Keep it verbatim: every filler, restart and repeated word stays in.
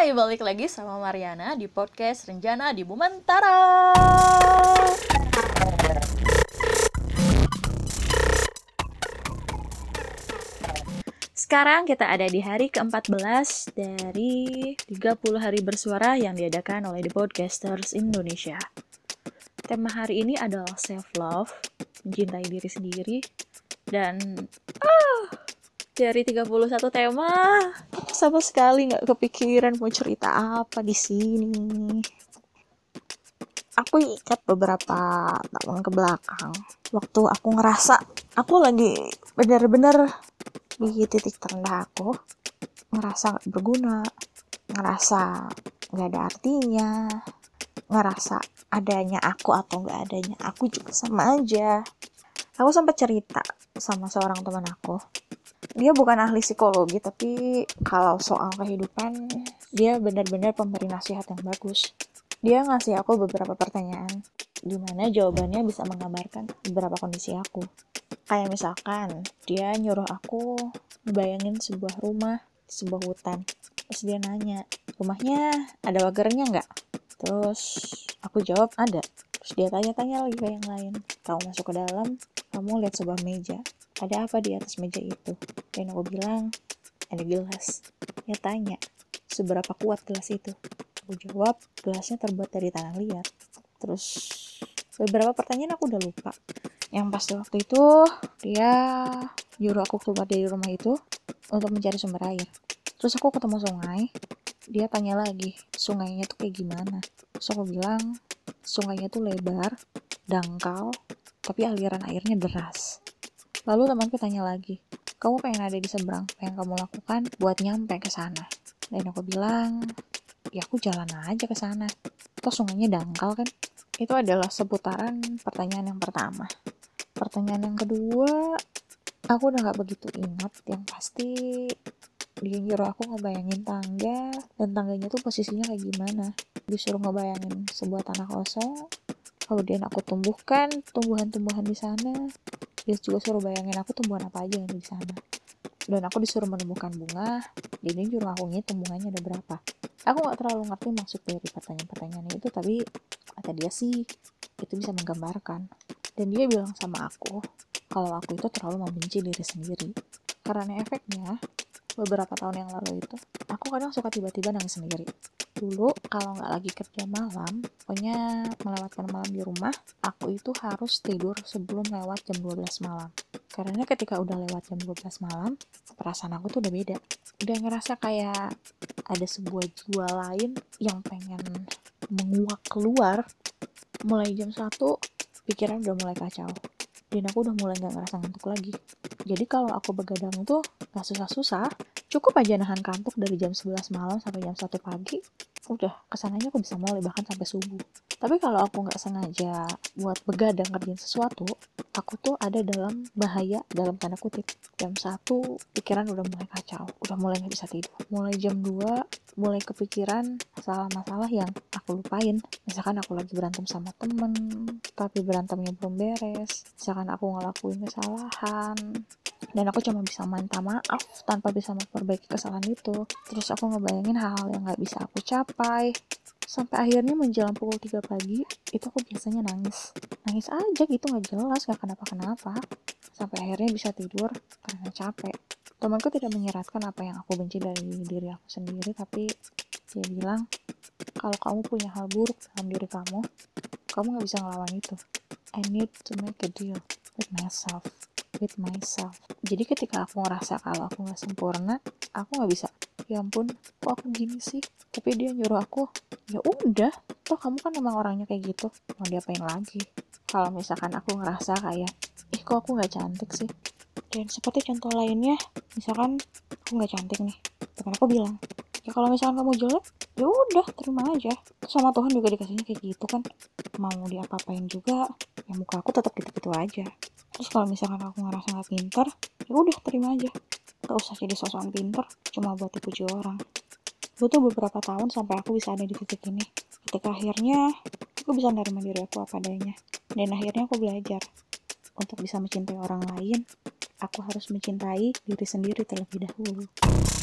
Hai, balik lagi sama Mariana di podcast Renjana di Bumentara. Sekarang kita ada di hari keempat belas dari tiga puluh hari bersuara yang diadakan oleh The Podcasters Indonesia. Tema hari ini adalah self-love, mencintai diri sendiri, dan ah, dari tiga puluh satu tema, aku sama sekali nggak kepikiran mau cerita apa di sini. Aku ingat beberapa tahun ke belakang, waktu aku ngerasa aku lagi benar-benar di titik terendah aku, ngerasa gak berguna, ngerasa gak ada artinya, ngerasa adanya aku atau gak adanya aku juga sama aja. Aku sempat cerita sama seorang teman aku. Dia bukan ahli psikologi, tapi kalau soal kehidupan, dia benar-benar pemberi nasihat yang bagus. Dia ngasih aku beberapa pertanyaan, di mana jawabannya bisa menggambarkan beberapa kondisi aku. Kayak misalkan, dia nyuruh aku ngebayangin sebuah rumah di sebuah hutan. Terus dia nanya, rumahnya ada pagarnya nggak? Terus aku jawab, ada. Terus dia tanya-tanya lagi ke yang lain. Kamu masuk ke dalam, kamu lihat sebuah meja. Ada apa di atas meja itu? Dan aku bilang, ada gelas. Dia tanya, seberapa kuat gelas itu? Aku jawab, gelasnya terbuat dari tanah liat. Terus beberapa pertanyaan aku udah lupa. Yang pasti waktu itu dia nyuruh aku keluar dari rumah itu untuk mencari sumber air. Terus aku ketemu sungai. Dia tanya lagi, sungainya tuh kayak gimana? Terus aku bilang, sungainya tuh lebar, dangkal, tapi aliran airnya deras. Lalu temanku tanya lagi, kamu pengen ada di seberang, pengen kamu lakukan buat nyampe ke sana? Dan aku bilang, ya aku jalan aja ke sana. Toh sungainya dangkal kan? Itu adalah seputaran pertanyaan yang pertama. Pertanyaan yang kedua, aku udah gak begitu ingat. Yang pasti dia nyuruh aku ngebayangin tangga, dan tangganya tuh posisinya kayak gimana. Disuruh ngebayangin sebuah tanah kosong, kemudian aku tumbuhkan tumbuhan-tumbuhan di sana. Dia juga suruh bayangin aku tumbuhan apa aja yang ada di sana. Dan aku disuruh menemukan bunga, dan dia nyuruh aku ngitung bunganya ada berapa. Aku gak terlalu ngerti maksud dari pertanyaan-pertanyaan itu, tapi kata dia sih, itu bisa menggambarkan. Dan dia bilang sama aku, kalau aku itu terlalu membenci diri sendiri. Karena efeknya, beberapa tahun yang lalu itu, aku kadang suka tiba-tiba nangis sendiri. Dulu, kalau nggak lagi kerja malam, pokoknya melewatkan malam di rumah, aku itu harus tidur sebelum lewat jam dua belas malam. Karena ketika udah lewat jam dua belas malam, perasaan aku tuh udah beda. Udah ngerasa kayak ada sebuah jiwa lain yang pengen menguak keluar. Mulai jam satu, pikiran udah mulai kacau. Dan aku udah mulai gak ngerasa ngantuk lagi. Jadi kalau aku begadang tuh gak susah-susah, cukup aja nahan kantuk dari jam sebelas malam sampai jam satu pagi, udah kesananya aku bisa mulai bahkan sampai subuh. Tapi kalau aku gak sengaja buat begadang ngerjain sesuatu, aku tuh ada dalam bahaya, dalam tanda kutip. Jam satu, pikiran udah mulai kacau, udah mulai gak bisa tidur. Mulai jam dua, mulai kepikiran masalah-masalah yang aku lupain. Misalkan aku lagi berantem sama temen, tapi berantemnya belum beres. Misalkan aku ngelakuin kesalahan, dan aku cuma bisa minta maaf tanpa bisa memperbaiki kesalahan itu. Terus aku ngebayangin hal-hal yang gak bisa aku capai. Sampai akhirnya menjelang pukul tiga pagi, itu aku biasanya nangis. Nangis aja gitu, gak jelas, gak kenapa-kenapa. Sampai akhirnya bisa tidur karena capek. Temanku tidak menyiratkan apa yang aku benci dari diri aku sendiri, tapi dia bilang, kalau kamu punya hal buruk dalam diri kamu, kamu gak bisa ngelawan itu. I need to make a deal with myself. with myself. Jadi ketika aku ngerasa kalau aku gak sempurna, aku gak bisa, ya ampun, kok aku gini sih? Tapi dia nyuruh aku, ya udah, toh kamu kan emang orangnya kayak gitu, mau diapain lagi? Kalau misalkan aku ngerasa kayak, ih kok aku gak cantik sih? Dan seperti contoh lainnya, misalkan aku gak cantik nih, teman aku bilang, ya kalau misalkan kamu jelek, ya udah terima aja. Sama Tuhan juga dikasihnya kayak gitu kan, mau diapa-apain juga, ya muka aku tetap gitu-gitu aja. Terus kalau misalkan aku ngerasa gak pintar, ya udah terima aja. Gak usah jadi sosokan pintar, cuma buat dipuji orang. Butuh beberapa tahun sampai aku bisa ada di titik ini. Ketika akhirnya aku bisa menerima diri aku apa adanya. Dan akhirnya aku belajar untuk bisa mencintai orang lain, aku harus mencintai diri sendiri terlebih dahulu.